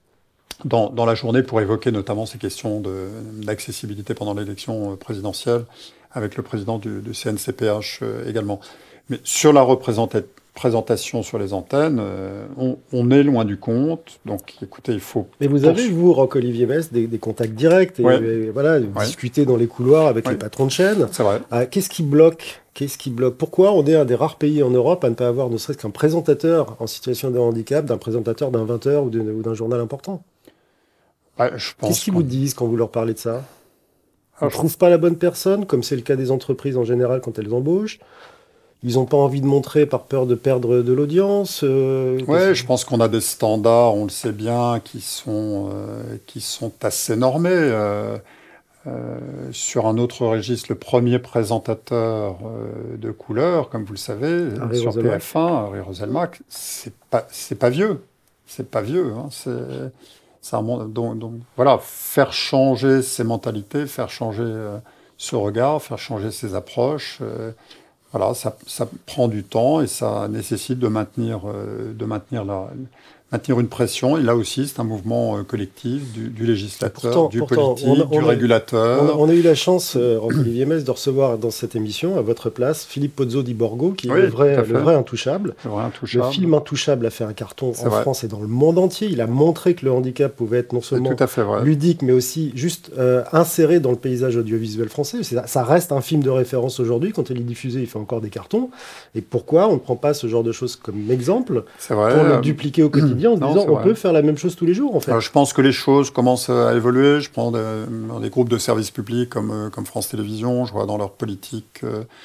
dans, dans la journée pour évoquer notamment ces questions de, d'accessibilité pendant l'élection présidentielle, avec le président du, du C N C P H euh, également. Mais sur la représentation sur les antennes, euh, on, on est loin du compte. Donc, écoutez, il faut... Mais vous avez, vous, Roch-Olivier Mess, des, des contacts directs, et, ouais. et voilà, ouais. discuter dans les couloirs avec ouais. les patrons de chaîne. C'est vrai. Euh, qu'est-ce qui bloque Qu'est-ce qui bloque Pourquoi on est un des rares pays en Europe à ne pas avoir ne serait-ce qu'un présentateur en situation de handicap, d'un présentateur d'un vingt heures ou, de, ou d'un journal important ouais, je pense Qu'est-ce qu'ils vous disent quand vous leur parlez de ça? Ils ne trouvent pas la bonne personne, comme c'est le cas des entreprises en général quand elles embauchent. Ils n'ont pas envie de montrer par peur de perdre de l'audience. Euh, oui, je pense qu'on a des standards, on le sait bien, qui sont, euh, qui sont assez normés. Euh, euh, sur un autre registre, le premier présentateur euh, de couleur, comme vous le savez, Harry sur Roselmack. P F un, Harry Roselmack, c'est pas, c'est pas vieux. C'est pas vieux. Hein, c'est... Ça, donc, donc voilà, faire changer ses mentalités, faire changer euh, ce regard, faire changer ses approches, euh, voilà, ça, ça prend du temps et ça nécessite de maintenir, euh, de maintenir, la, maintenir une pression. Et là aussi, c'est un mouvement euh, collectif du, du législateur, pourtant, du pourtant, politique, on a, on du a, régulateur. On a, on a eu la chance, euh, Roch-Olivier Mess, de recevoir dans cette émission, à votre place, Philippe Pozzo di Borgo, qui est oui, le, vrai, le vrai intouchable. Le vrai intouchable. Le film Intouchable a fait un carton c'est en vrai. France et dans le monde entier. Il a montré que le handicap pouvait être non seulement ludique, mais aussi juste euh, inséré dans le paysage audiovisuel français. C'est, ça reste un film de référence aujourd'hui. Quand il est diffusé, il fait encore des cartons. Et pourquoi on ne prend pas ce genre de choses comme exemple c'est vrai, pour le euh... dupliquer au quotidien dit en se Non, disant c'est on vrai. peut faire la même chose tous les jours en fait. Alors, je pense que les choses commencent à évoluer. Je prends des, des groupes de services publics comme, comme France Télévisions. Je vois dans leur politique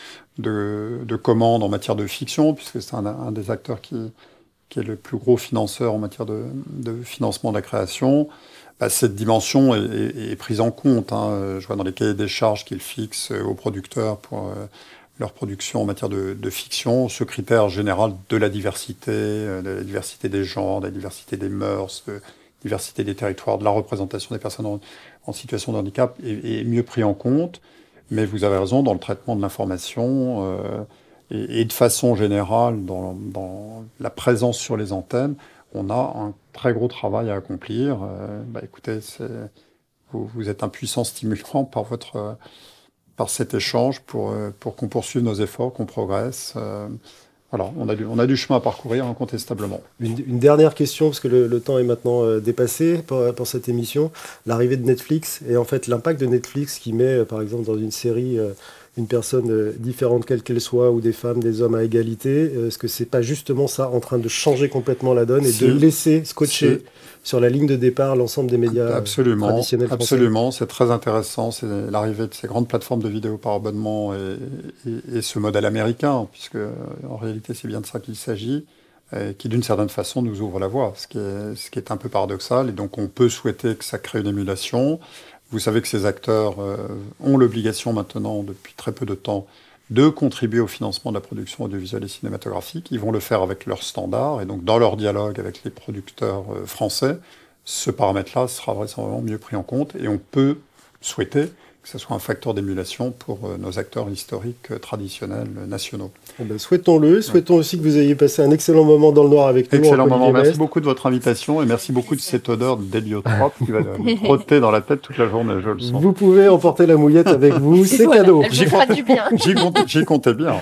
de, de commande en matière de fiction, puisque c'est un, un des acteurs qui, qui est le plus gros financeur en matière de, de financement de la création. Bah, cette dimension est, est, est prise en compte. Hein. Je vois dans les cahiers des charges qu'ils fixent aux producteurs pour euh, leur production en matière de, de fiction, ce critère général de la diversité, euh, de la diversité des genres, de la diversité des mœurs, de la diversité des territoires, de la représentation des personnes en, en situation de handicap est, est mieux pris en compte. Mais vous avez raison, dans le traitement de l'information euh, et, et de façon générale, dans, dans la présence sur les antennes, on a un très gros travail à accomplir. Euh, bah, écoutez, c'est, vous, vous êtes un puissant stimulant par, votre, euh, par cet échange pour, euh, pour qu'on poursuive nos efforts, qu'on progresse. Euh, voilà, on a, du, on a du chemin à parcourir incontestablement. Une, une dernière question, parce que le, le temps est maintenant euh, dépassé pour, pour cette émission. L'arrivée de Netflix et en fait l'impact de Netflix qui met, euh, par exemple, dans une série... Euh, une personne euh, différente quelle qu'elle soit, ou des femmes, des hommes à égalité, euh, est-ce que c'est pas justement ça en train de changer complètement la donne et c'est, de laisser scotcher sur la ligne de départ l'ensemble des médias absolument, traditionnels français? Absolument, c'est très intéressant, c'est l'arrivée de ces grandes plateformes de vidéos par abonnement et, et, et ce modèle américain, puisque en réalité c'est bien de ça qu'il s'agit, et qui d'une certaine façon nous ouvre la voie, ce qui est, ce qui est un peu paradoxal, et donc on peut souhaiter que ça crée une émulation. Vous savez que ces acteurs euh, ont l'obligation maintenant, depuis très peu de temps, de contribuer au financement de la production audiovisuelle et cinématographique. Ils vont le faire avec leurs standards, et donc dans leur dialogue avec les producteurs euh, français, ce paramètre-là sera vraisemblablement mieux pris en compte, et on peut souhaiter que ce soit un facteur d'émulation pour euh, nos acteurs historiques euh, traditionnels euh, nationaux. Eh ben, souhaitons-le. Souhaitons ouais. aussi que vous ayez passé un excellent moment dans le noir avec nous. Excellent moment. Merci Best. beaucoup de votre invitation et merci beaucoup de cette odeur d'héliotrope qui va me trotter dans la tête toute la journée, je le sens. Vous pouvez emporter la mouillette avec vous, c'est voilà, cadeau. J'y comptais, j'y, comptais, j'y comptais bien.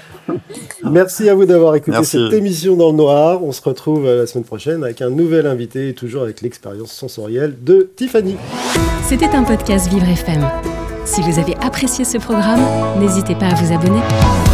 Merci à vous d'avoir écouté merci. cette émission dans le noir. On se retrouve la semaine prochaine avec un nouvel invité et toujours avec l'expérience sensorielle de Tiffany. C'était un podcast Vivre F M. Si vous avez apprécié ce programme, n'hésitez pas à vous abonner.